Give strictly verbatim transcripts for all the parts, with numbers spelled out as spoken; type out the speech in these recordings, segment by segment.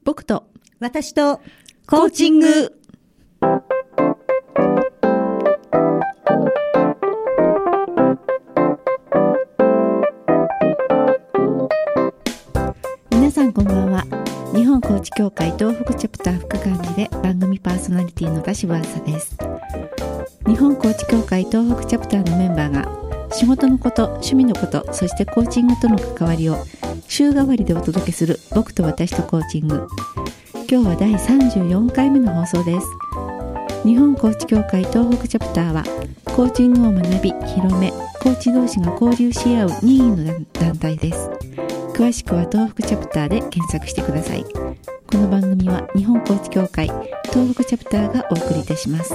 僕と私とコーチング。 皆さんこんばんは。日本コーチ協会東北チャプター副幹事で番組パーソナリティの田柴麻です。日本コーチ協会東北チャプターのメンバーが仕事のこと、趣味のこと、そしてコーチングとの関わりを週替わりでお届けする僕と私とコーチング。今日はだいさんじゅうよんかいめの放送です。日本コーチ協会東北チャプターはコーチングを学び広め、コーチ同士が交流し合う任意の団体です。詳しくは東北チャプターで検索してください。この番組は日本コーチ協会東北チャプターがお送りいたします。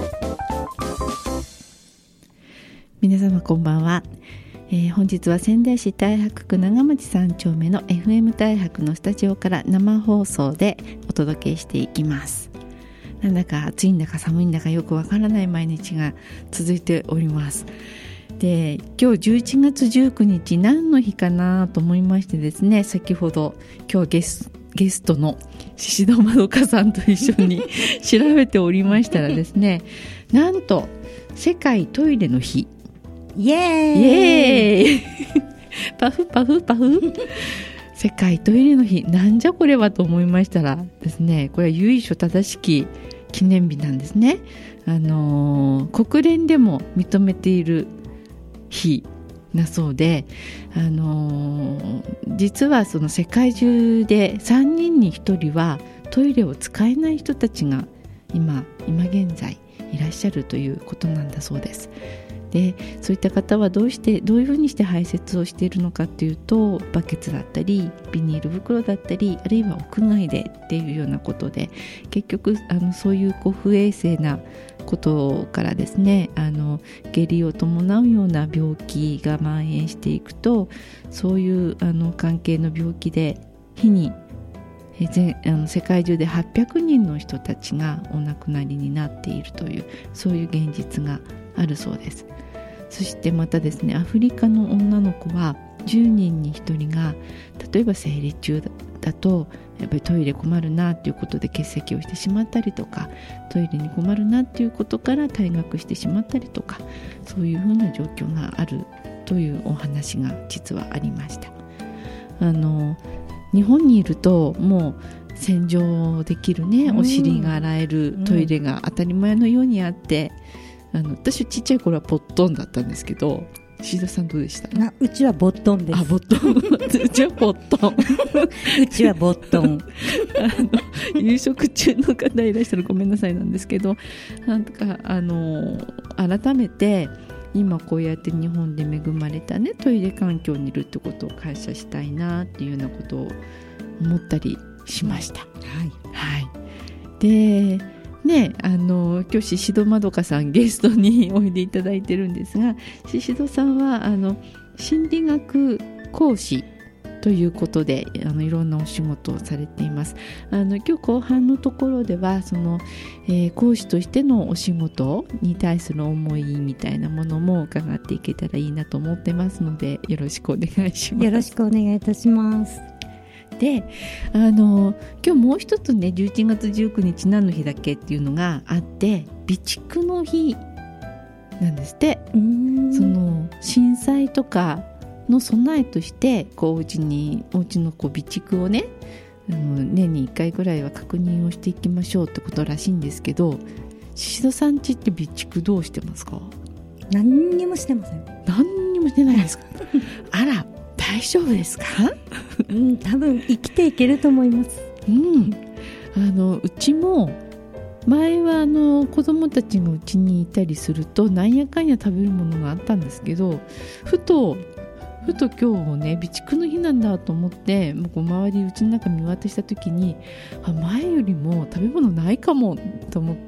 皆様こんばんは。えー、本日は仙台市太白区長町さん丁目の エフエム 太白のスタジオから生放送でお届けしていきます。なんだか暑いんだか寒いんだかよくわからない毎日が続いております。で、今日じゅういちがつじゅうくにち何の日かなと思いましてですね、先ほど今日ゲスゲストの宍戸まどかさんと一緒に調べておりましたらですね、なんと世界トイレの日、 イエーイ、 イエーイパフパフパフ世界トイレの日、なんじゃこれはと思いましたらですね、これは由緒正しき記念日なんですね。あのー、国連でも認めている日だそうで、あのー、実はその世界中でさんにんにひとりはトイレを使えない人たちが今今現在いらっしゃるということなんだそうです。で、そういった方はどうしてどういうふうにして排泄をしているのかというと、バケツだったりビニール袋だったり、あるいは屋外でっていうようなことで、結局あのそういうこう不衛生なことからですね、あの下痢を伴うような病気が蔓延していくと、そういうあの関係の病気で日にえ全あの世界中ではっぴゃくにんの人たちがお亡くなりになっているという、そういう現実があるそうです。そしてまたですね、アフリカの女の子はじゅうにんにひとりが例えば生理中だとやっぱりトイレ困るなということで欠席をしてしまったりとか、トイレに困るなということから退学してしまったりとか、そういうふうな状況があるというお話が実はありました。あの日本にいるともう洗浄できるね、お尻が洗えるトイレが当たり前のようにあって、あの私ちっちゃい頃はポットンだったんですけど、宍戸さんどうでした？ なうちはボットンです。 あ、ボットンうちはポットンうちはボットンあの夕食中の方いらっしゃるごめんなさいなんですけど、なんとかあの改めて今こうやって日本で恵まれたねトイレ環境にいるってことを感謝したいなっていうようなことを思ったりしました。はい、はい、でね、あの今日宍戸まどかさんゲストにおいでいただいてるんですが、宍戸さんはあの心理学講師ということであのいろんなお仕事をされています。あの今日後半のところではその、えー、講師としてのお仕事に対する思いみたいなものも伺っていけたらいいなと思ってますので、よろしくお願いします。 よろしくお願いいたします。 で、あの今日もう一つね、じゅういちがつじゅうくにち何の日だっけっていうのがあって、備蓄の日なんですって。うーん、その震災とかの備えとしてこうお家にお家のこう備蓄をね、あの年にいっかいぐらいは確認をしていきましょうってことらしいんですけど、宍戸さん家って備蓄どうしてますか？ 何にもしてません。 何にもしてないですか？あら、大丈夫ですか？ うん、多分生きていけると思います。 うん、あのうちも前はあの子供たちがうちにいたりするとなんやかんや食べるものがあったんですけど、ふとふと今日ね備蓄の日なんだと思って、もうこう周りうちの中見渡した時に、あ、前よりも食べ物ないかもと思って、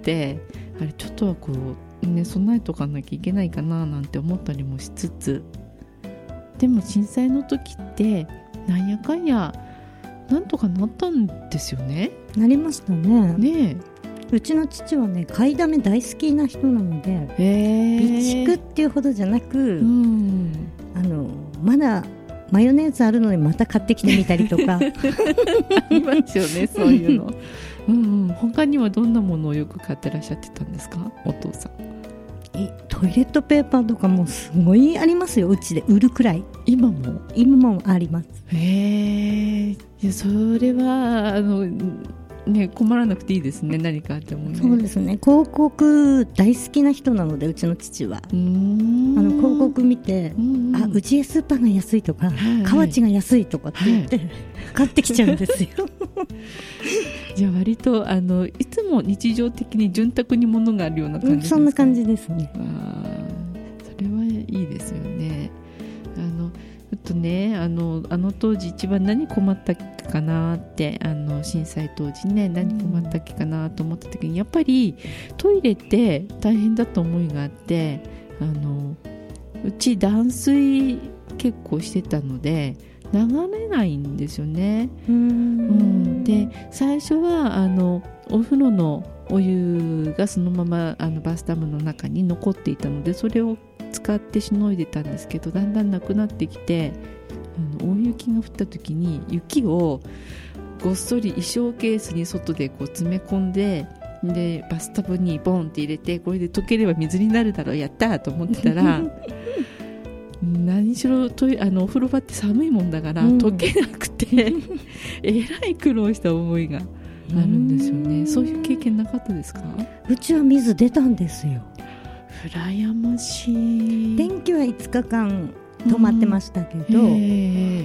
あれちょっとはこうね備えとかなきゃいけないかななんて思ったりもしつつ、でも震災の時ってなんやかんやなんとかなったんですよね。 なりましたね。 ねえ、 うちの父はね買いだめ大好きな人なので、備蓄っていうほどじゃなく、うん、あのまだマヨネーズあるのにまた買ってきてみたりとかありますよね、そういうのうん、うん、他にはどんなものをよく買ってらっしゃってたんですか、お父さん。 トイレットペーパーとかもすごいありますよ、うちで売るくらい。 今も今もあります。 へえ、いやそれはあの、ね、困らなくていいですね、何かあってもね。 そうですね、広告大好きな人なので、うちの父はうーんあの広告見て、 うんうん、 あ、うちへスーパーが安いとか、 はいはい、 河内が安いとかって言って、はい、買ってきちゃうんですよじゃあ割とあのいつも日常的に潤沢に物があるような感じですか。 そんな感じですね。 あ、それはいいですよね。あのちょっとね、あのあの当時一番何困ったっけかなって、あの震災当時ね、何困ったっけかなと思った時に、やっぱりトイレって大変だった思いがあって、あのうち断水結構してたので流れないんですよね。 うーん、 うん、で最初はあのお風呂のお湯がそのままあのバスタブの中に残っていたので、それを使ってしのいでたんですけど、だんだんなくなってきて、あの大雪が降った時に雪をごっそり衣装ケースに外でこう詰め込んで、でバスタブにボンって入れて、これで溶ければ水になるだろう、やったーと思ってたら何しろとあのお風呂場って寒いもんだから、うん、溶けなくてえらい苦労した思いがあるんですよね。そういう経験なかったですか？ うちは水出たんですよ。 羨ましい。 電気はいつかかん止まってましたけど、うん、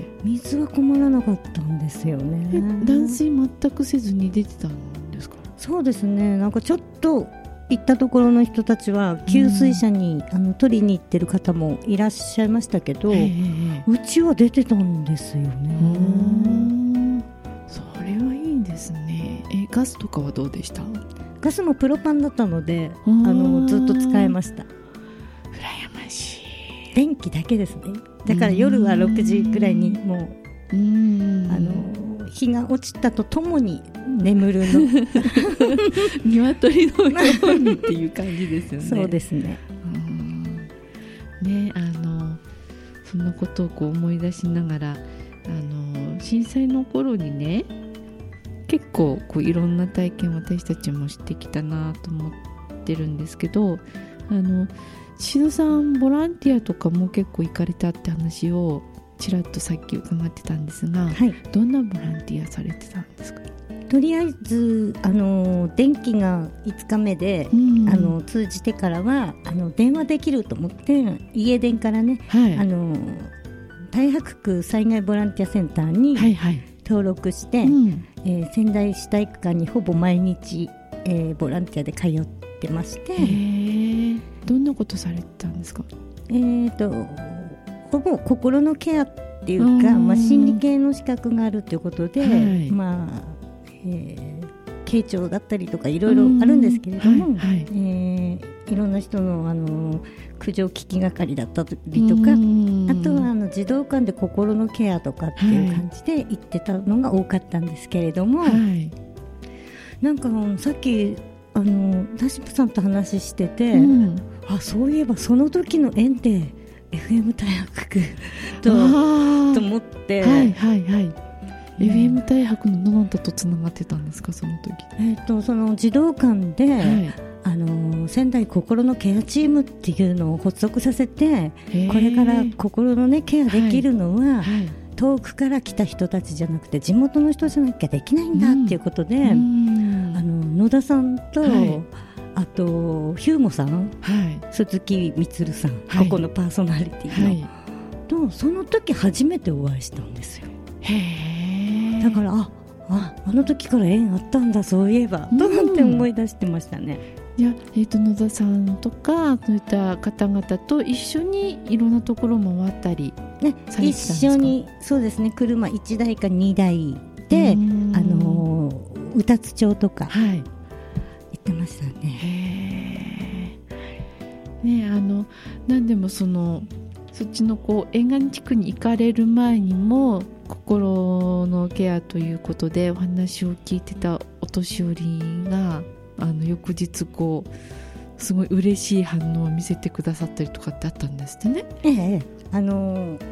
水は困らなかったんですよね。 断水全くせずに出てたんですか？そうですね、なんかちょっと行ったところの人たちは給水車に、うん、あの取りに行ってる方もいらっしゃいましたけど、うちは出てたんですよね。 うーん、それはいいですね。え、ガスとかはどうでした？ ガスもプロパンだったので、あのずっと使えました。 羨ましい。 電気だけですね。だから夜はろくじくらいにもう、うーん、あの日が落ちたとともに眠るの鶏のようにっていう感じですよね。 そうですね。 うん、ね、あのそんなことをこう思い出しながら、あの震災の頃にね、結構こういろんな体験私たちもしてきたなと思ってるんですけど、あの宍戸さんボランティアとかも結構行かれたって話をちらっとさっき伺ってたんですが、はい、どんなボランティアされてたんですか？ とりあえずあの電気がいつかめで、うん、あの通じてからはあの電話できると思って家電からね、はい、あの太白区災害ボランティアセンターに登録して、はいはい、うん、えー、仙台市体育館にほぼ毎日、えー、ボランティアで通ってまして。へー、 どんなことされてたんですか？ えーとほぼ心のケアっていうか、まあ、心理系の資格があるということで、はい、まあえー、傾聴だったりとかいろいろあるんですけれども、はいはい、えー、いろんな人の、あの苦情聞き係だったりとか、あとはあの児童館で心のケアとかっていう感じで行ってたのが多かったんですけれども、はい、なんかさっきあのダシプさんと話してて、うん、あ、そういえばその時の縁で エフエム 大白区と, と思って、 はいはいはい、エフエム 大白のどなたとつながってたんですか、その時？ えー、とその児童館で、はい、あの仙台心のケアチームっていうのを発足させて、これから心の、ね、ケアできるのは、はいはい、遠くから来た人たちじゃなくて地元の人じゃなきゃできないんだっていうことで、うん、あの野田さんと、はい、あとヒューモさん、はい、鈴木充さん、はい、ここのパーソナリティの、はい、とその時初めてお会いしたんですよ。へー、だからあああの時から縁あったんだそういえば、うん、と思って思い出してましたね。 いや、えー、と野田さんとかそういった方々と一緒にいろんなところ回ったりされてたんですか？ 一緒に、そうですね、車いちだいかにだいで、あのー、宇多津町とか、はい、行ってましたね。 へー、ね、あの何でもそのそっちのこう沿岸地区に行かれる前にも心のケアということでお話を聞いてたお年寄りがあの翌日こうすごい嬉しい反応を見せてくださったりとかってあったんですってね。 ええ、あの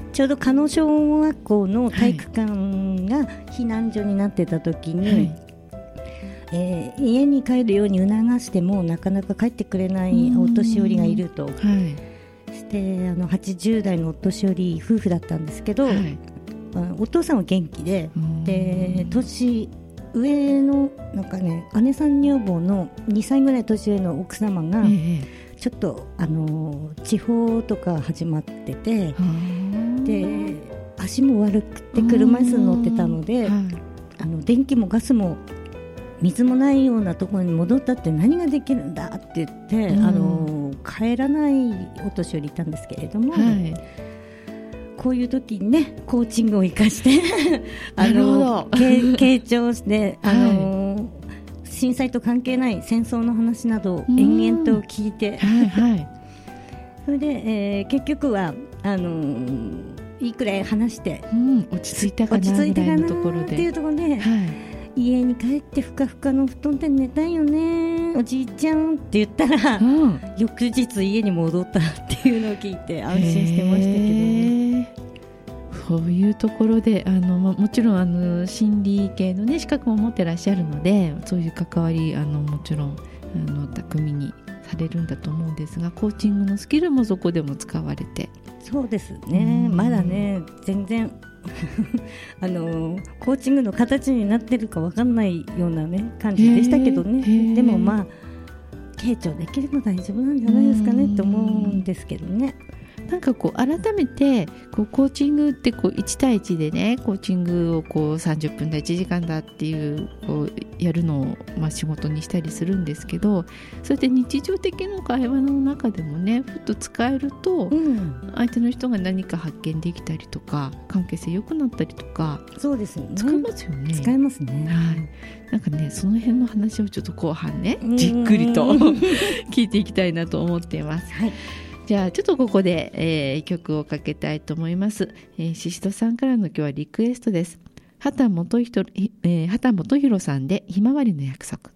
ちょうど加納小学校の体育館が避難所になってた時に、はい、えー、家に帰るように促してもなかなか帰ってくれないお年寄りがいると、はい、してあのはちじゅう代のお年寄り夫婦だったんですけど、はい、お父さんは元気で、で年上のなんか、ね、姉さん女房のにさいぐらい年上の奥様が、ええ、ちょっとあの地方とか始まってて、で足も悪くて車椅子に乗ってたので、はい、あの電気もガスも水もないようなところに戻ったって何ができるんだって言って、あの帰らないお年寄りいたんですけれども、はい、こういう時にねコーチングを生かしてあの傾聴してあの、はい、震災と関係ない戦争の話などを延々と聞いて、はいはい、それで、えー、結局はあのー、いいくらい話して、うん、落ち着いたかなぐらいのところでっていうところで、はい、家に帰ってふかふかの布団で寝たいよねおじいちゃんって言ったら、うん、翌日家に戻ったっていうのを聞いて安心してましたけどね。 そういうところであの、ま、もちろんあの心理系の、ね、資格も持ってらっしゃるのでそういう関わりあのもちろんあの巧みにされるんだと思うんですがコーチングのスキルもそこでも使われて。 そうですね、まだね全然あのコーチングの形になってるか分かんないような、ね、感じでしたけどね。でもまあ傾聴できれば大丈夫なんじゃないですかねって思うんですけどね。 なんかこう改めてこうコーチングってこういち対いちでねコーチングをこうさんじゅっぷんだいちじかんだっていうこうやるのをまあ仕事にしたりするんですけどそれで日常的な会話の中でもねふっと使えると、うん、相手の人が何か発見できたりとか関係性良くなったりとかそうですよね使えますよね。 使えますね、 はい、なんかねその辺の話をちょっと後半ねじっくりと聞いていきたいなと思っています。はい、じゃあちょっとここで、えー、曲をかけたいと思います。えー、シシドさんからの今日はリクエストです。畑元ひと、えー、畑元博さんでひまわりの約束。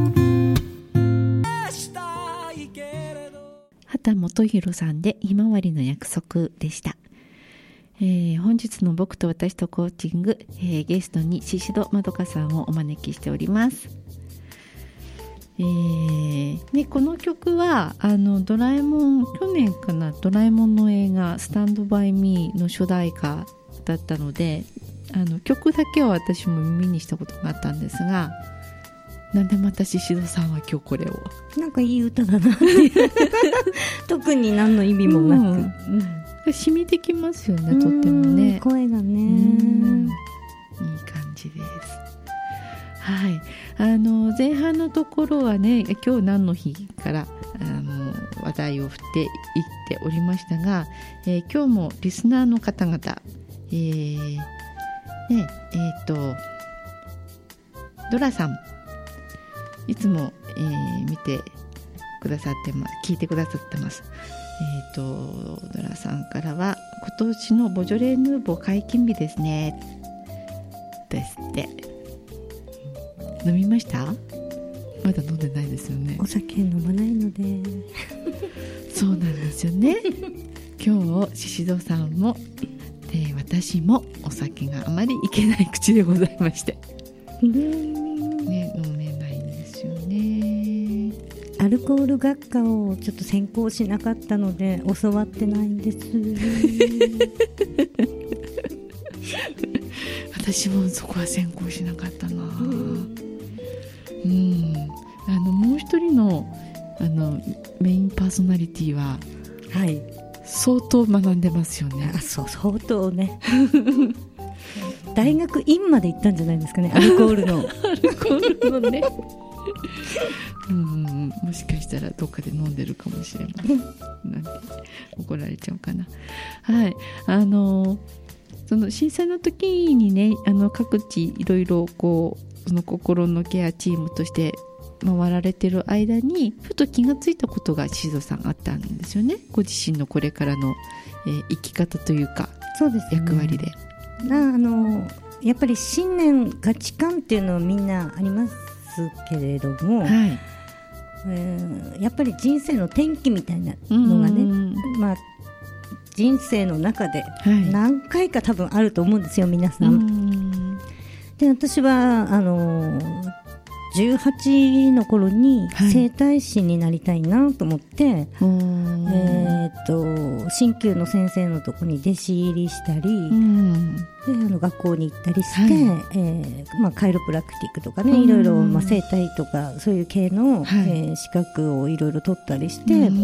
畑元博さんでひまわりの約束でした。えー、本日の僕と私とコーチング、えー、ゲストにシシドまどかさんをお招きしております。えーね、この曲はあのドラえもん去年かなドラえもんの映画スタンドバイミーの主題歌だったのであの曲だけは私も耳にしたことがあったんですがなんでまたシシドさんは今日これをなんかいい歌だなっていう特に何の意味もなく、うんうん、染みてきますよねとってもね声がねいい感じです。はい、あの前半のところはね今日何の日からあの話題を振っていっておりましたが、えー、今日もリスナーの方々、えーねえー、とドラさんいつも、えー、見てくださってます聞いてくださってます。えー、とドラさんからは今年のボジョレ・ヌーボー解禁日ですねですって飲みました？まだ飲んでないですよね。 お酒飲まないのでそうなんですよね今日シシドさんも、えー、私もお酒があまりいけない口でございましてね、飲めないんですよね。 アルコール学科をちょっと専攻しなかったので教わってないんです私もそこは専攻しなかったな、うんうん、あのもう一人 の, あのメインパーソナリティは、はい、相当学んでますよね。 あそう相当ね大学院まで行ったんじゃないですかねアルコールのアルコールのねうん、もしかしたらどっかで飲んでるかもしれませんなんて怒られちゃうかな。はいあのその震災の時にねあの各地いろいろこうその心のケアチームとして回られてる間にふと気がついたことがシシドさんあったんですよね。ご自身のこれからの、えー、生き方というかそうです、ね、役割であのやっぱり信念価値観っていうのはみんなありますけれども、はいえー、やっぱり人生の転機みたいなのがね、まあ、 人生の中で何回か多分あると思うんですよ、皆さん。んで私はあのじゅうはちの頃に整体師になりたいなと思って、はい、えー、と鍼灸の先生のとこに弟子入りしたり、うん、であの学校に行ったりして、はい、えーまあ、カイロプラクティックとかね、いろいろ、まあ、整体とかそういう系の、はい、えー、資格をいろいろ取ったりして、うん、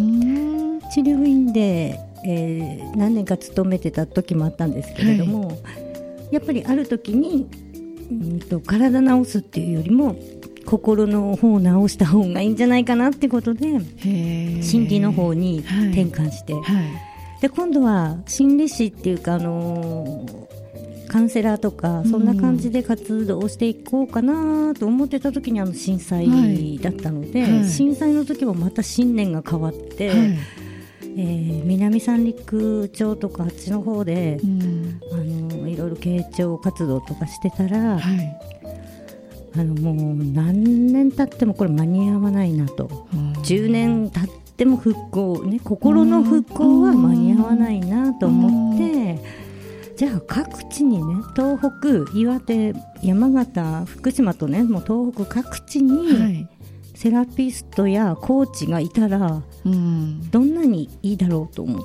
治療院で、えー、何年か勤めてた時もあったんですけれども、はい、やっぱりある時に、うんと、体治すっていうよりも心の方を治した方がいいんじゃないかなってことで心理の方に転換して、はいはい、で今度は心理師っていうか、あのー、カウンセラーとかそんな感じで活動をしていこうかなと思ってた時にあの震災だったので、はいはい、震災の時もまた信念が変わって、はい、えー、南三陸町とかあっちの方で、うん、あのいろいろ傾聴活動とかしてたら、はい、あのもう何年経ってもこれ間に合わないなと、じゅうねん経っても復興、ね、心の復興は間に合わないなと思って、じゃあ各地にね、東北、岩手、山形、福島とね、もう東北各地にセラピストやコーチがいたらどんなにいいだろうと思って、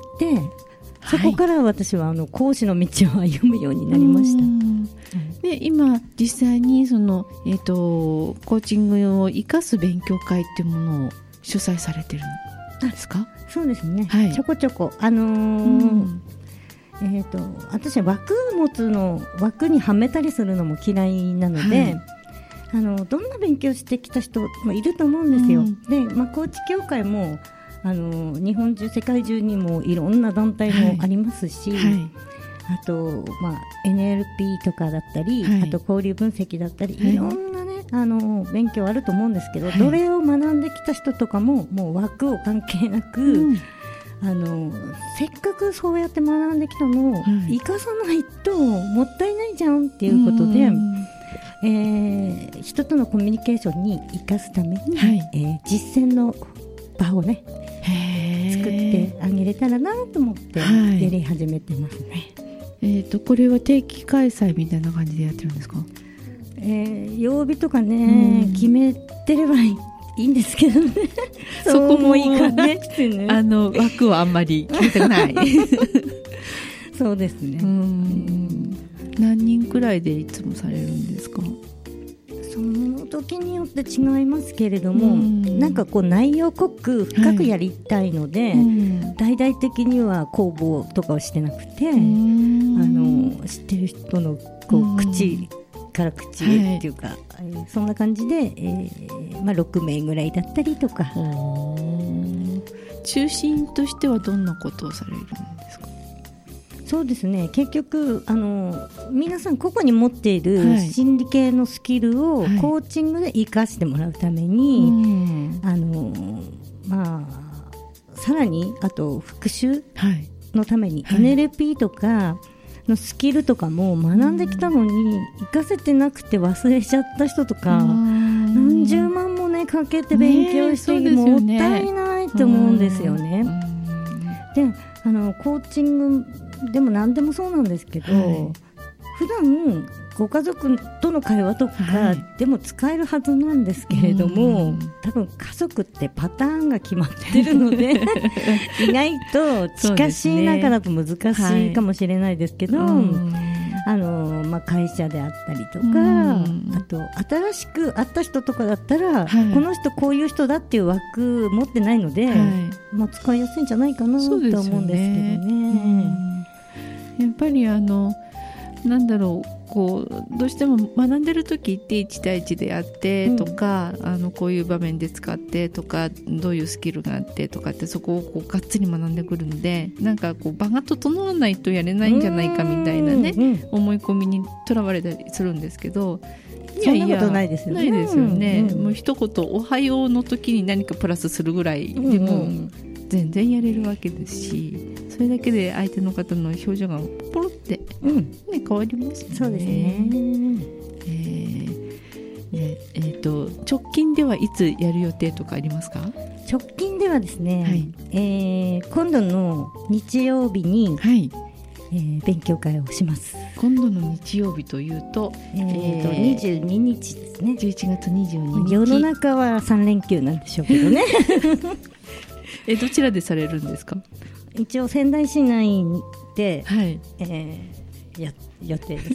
そこから私はあの講師の道を歩むようになりました。 で今実際にその、えーと、コーチングを生かす勉強会っていうものを主催されてるんですか？ そうですね、はい、ちょこちょこ、あのーうんえーと、私は枠持つの枠にはめたりするのも嫌いなので、はい、あのどんな勉強してきた人もいると思うんですよ、うん、で、まあ、コーチ協会もあの日本中世界中にもいろんな団体もありますし、はいはい、あと、まあ、エヌエルピー とかだったり、はい、あと交流分析だったり、はい、いろんな、ね、あの勉強あると思うんですけど、はい、どれを学んできた人とかももう枠を関係なく、うん、あのせっかくそうやって学んできたのを生かさないともったいないじゃんっていうことで、えー、人とのコミュニケーションに生かすために、はいえー、実践の場をね作ってあげれたらなと思ってやり始めてますね、はい。 えー、とこれは定期開催みたいな感じでやってるんですか？ えー、曜日とかね、うん、決めてればいいいいんですけどねそこもいいかねねあの枠はあんまり決めてないそうですね。うん、 何人くらいでいつもされるんですか？ その時によって違いますけれども、うん、なんかこう内容濃く深くやりたいので、はいうん、大々的には公募とかをしてなくて、うん、あの知ってる人のこう口から口へっていうか、はい、そんな感じで、えーまあ、ろくめいぐらいだったりとか。 中心としてはどんなことをされるんですか？ そうですね、結局あの皆さん個々に持っている心理系のスキルをコーチングで生かしてもらうために、はい、あのまあ、さらにあと復習のために エヌエルピー とかのスキルとかも学んできたのに活かせてなくて忘れちゃった人とか何十万もねかけて勉強して、ね、もったいないと思うんですよね。であのコーチングでも何でもそうなんですけど、はい、普段ご家族との会話とかでも使えるはずなんですけれども、はい、多分家族ってパターンが決まってるので意外と近しい中だと難しいかもしれないですけど、はい、あのまあ、会社であったりとか、あと新しく会った人とかだったら、はい、この人こういう人だっていう枠持ってないので、はい、まあ、使いやすいんじゃないかなと思うんですけどね。 やっぱりあのなんだろう、こうどうしても学んでる時っていち対いちでやってとか、うん、あのこういう場面で使ってとかどういうスキルがあってとかってそこをこうがっつり学んでくるので、なんかこう場が整わないとやれないんじゃないかみたいなね、うん、思い込みにとらわれたりするんですけど、 いやいやそんなことないですよね。 ないですよね、うんうん、もう一言おはようの時に何かプラスするぐらいでも、うんうん、全然やれるわけですし、それだけで相手の方の表情がポロって、うんね、変わりますよね。 そうですね。 えーねえー、と直近ではいつやる予定とかありますか？ 直近ではですね、 はい、 えー、今度の日曜日に、 はい、 えー、勉強会をします。 今度の日曜日というと、 えーとえー、にじゅうににちですね。 じゅういちがつにじゅうににち。 世の中はさんれんきゅうなんでしょうけどねえどちらでされるんですか？ 一応仙台市内で、 はい、 えー、や予定です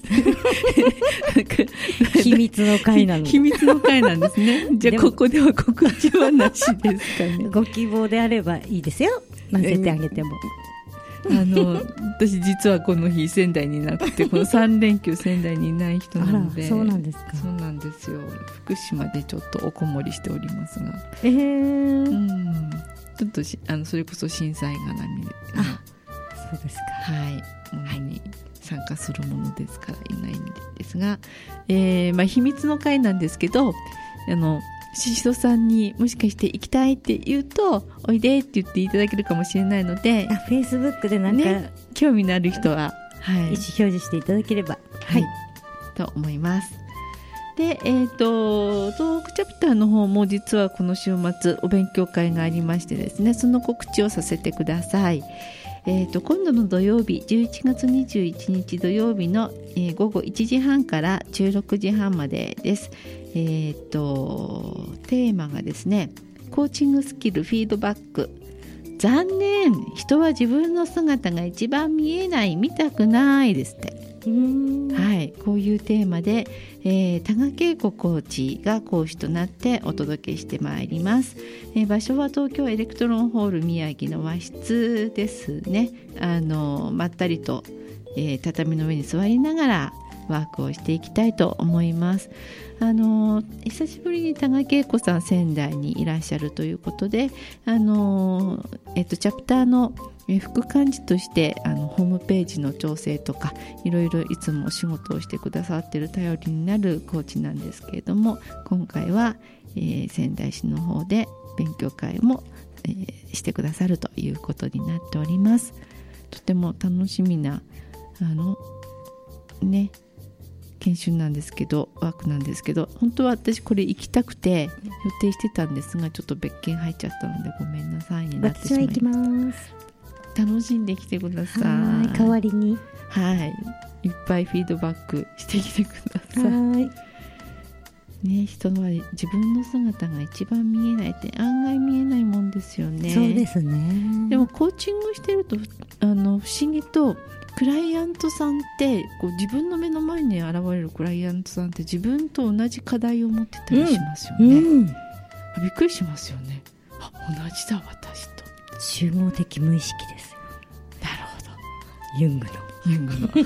秘密の会なので秘密の会なんですね。じゃあここでは告知はなしですかね。 ご希望であればいいですよ、混ぜてあげても。 あの私実はこの日仙台にいなくて、このさんれんきゅう仙台にいない人なので。 そうなんですか。 そうなんですよ。福島でちょっとおこもりしておりますが、 えー、 うんちょっとしあのそれこそ震災が波で、 あ、そうですか。 はい、ものに参加するものですからいないんですが、えーまあ、秘密の会なんですけど、あのししどさんにもしかして行きたいって言うとおいでって言っていただけるかもしれないので、 あ、フェイスブックでなんか、ね、 興味のある人は、はい、意思表示していただければ、 はい、はい、と思います。で、えーと、東北チャプターの方も実はこの週末お勉強会がありましてですね、その告知をさせてください。えーと、今度の土曜日じゅういちがつにじゅういちにち土曜日の、えー、午後いちじはんからじゅうろくじはんまでです。えーと、テーマがですね、コーチングスキルフィードバック。残念、人は自分の姿が一番見えない、見たくないですって。うーん、はい、こういうテーマで、えー、多賀恵子コーチが講師となってお届けしてまいります。えー、場所は東京エレクトロンホール宮城の和室ですね。あのまったりと、えー、畳の上に座りながらワークをしていきたいと思います。あの久しぶりに多賀恵子さん仙台にいらっしゃるということで、あの、えっと、チャプターの副幹事としてあのホームページの調整とかいろいろいつもお仕事をしてくださっている頼りになるコーチなんですけれども、今回は、えー、仙台市の方で勉強会も、えー、してくださるということになっております。とても楽しみなあのね研修なんですけど、ワークなんですけど、本当は私これ行きたくて予定してたんですが、ちょっと別件入っちゃったのでごめんなさいになってしまいます。 私は行きます。 楽しんできてください。 はい、代わりに、 はい、いっぱいフィードバックしてきてください。 はいね、人は自分の姿が一番見えないって案外見えないもんですよね。 そうですね。 でもコーチングしてるとあの不思議とクライアントさんってこう自分の目の前に現れるクライアントさんって自分と同じ課題を持ってたりしますよね。うんうん、びっくりしますよね。あ、同じだ私と。 集合的無意識ですよ。 なるほど。 ユングのユングの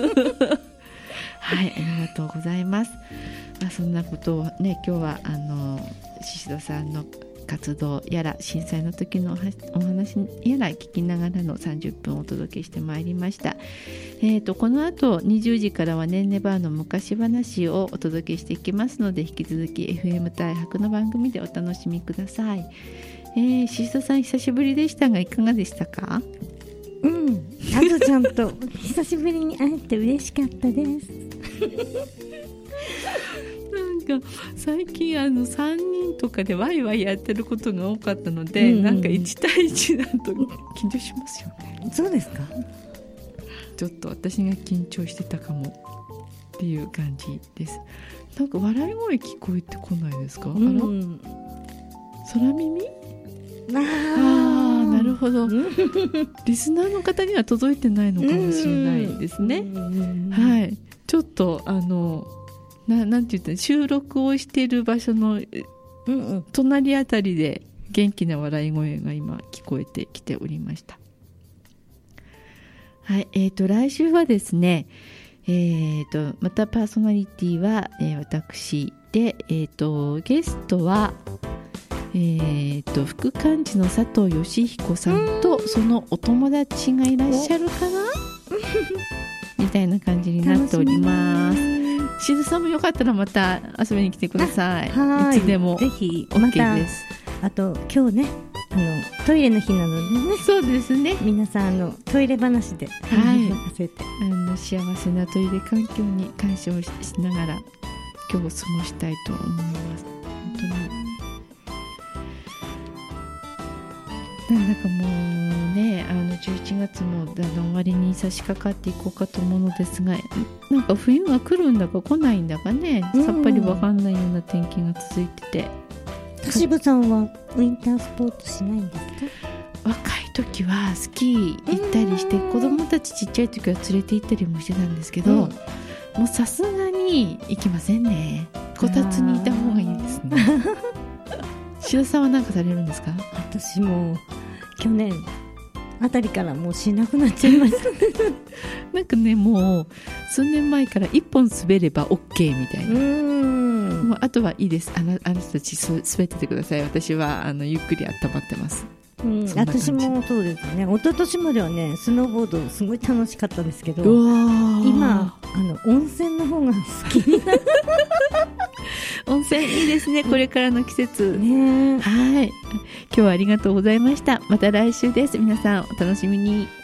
はい、ありがとうございます。まあ、そんなことをね、今日はあの宍戸さんの活動やら震災の時のお話やら聞きながらのさんじゅっぷんをお届けしてまいりました。えーと、この後にじゅうじからはねんねバーの昔話をお届けしていきますので、引き続き エフエム 大白の番組でお楽しみください。えー、宍戸さん久しぶりでしたがいかがでしたか？ うん、あずちゃんと久しぶりに会えて嬉しかったですなんか最近あのさんにんとかでワイワイやってることが多かったので、うんうん、なんかいちたいいちだと緊張しますよね。 そうですか？ ちょっと私が緊張してたかもっていう感じです。なんか笑い声聞こえてこないですか？うん、あら空耳？ああ、なるほどリスナーの方には届いてないのかもしれないですね。はい、ちょっとあの な, なんて言ったら収録をしている場所の隣あたりで元気な笑い声が今聞こえてきておりました。はい、えーと来週はですね、えーとまたパーソナリティは、えー、私で、えーとゲストはえー、と副幹事の佐藤義彦さんとそのお友達がいらっしゃるかなみたいな感じになっております。しずさんもよかったらまた遊びに来てください。 はいいつでもぜひ OK です。 またあと今日ねあのトイレの日なのでね。 そうですね、 皆さんあのトイレ話で、 はい、 任せてあの幸せなトイレ環境に感謝を し, しながら今日を過ごしたいと思います。本当になんだかもうね、あのじゅういちがつもあの終わりに差し掛かっていこうかと思うのですが、なんか冬が来るんだか来ないんだかね、さっぱりわかんないような天気が続いてて。 田渋さんはウィンタースポーツしないんですか？ 若い時はスキー行ったりして、子供たちちっちゃい時は連れて行ったりもしてたんですけど、うん、もうさすがに行きませんね。こたつにいた方がいいですね。白さんは何かされるんですか？ 私も去年あたりからもうしなくなっちゃいました。 なんかね、もう数年前から一本滑れば OK みたいな。うーん、もうあとはいいです。あの、あの人たち滑っててください。私はあのゆっくり温まってます。 うん、私もそうですね。一昨年まではね、スノーボードすごい楽しかったんですけど、今あの温泉の方が好きになる。 温泉いいですね、これからの季節ね。 はい、今日はありがとうございました。また来週です。皆さんお楽しみに。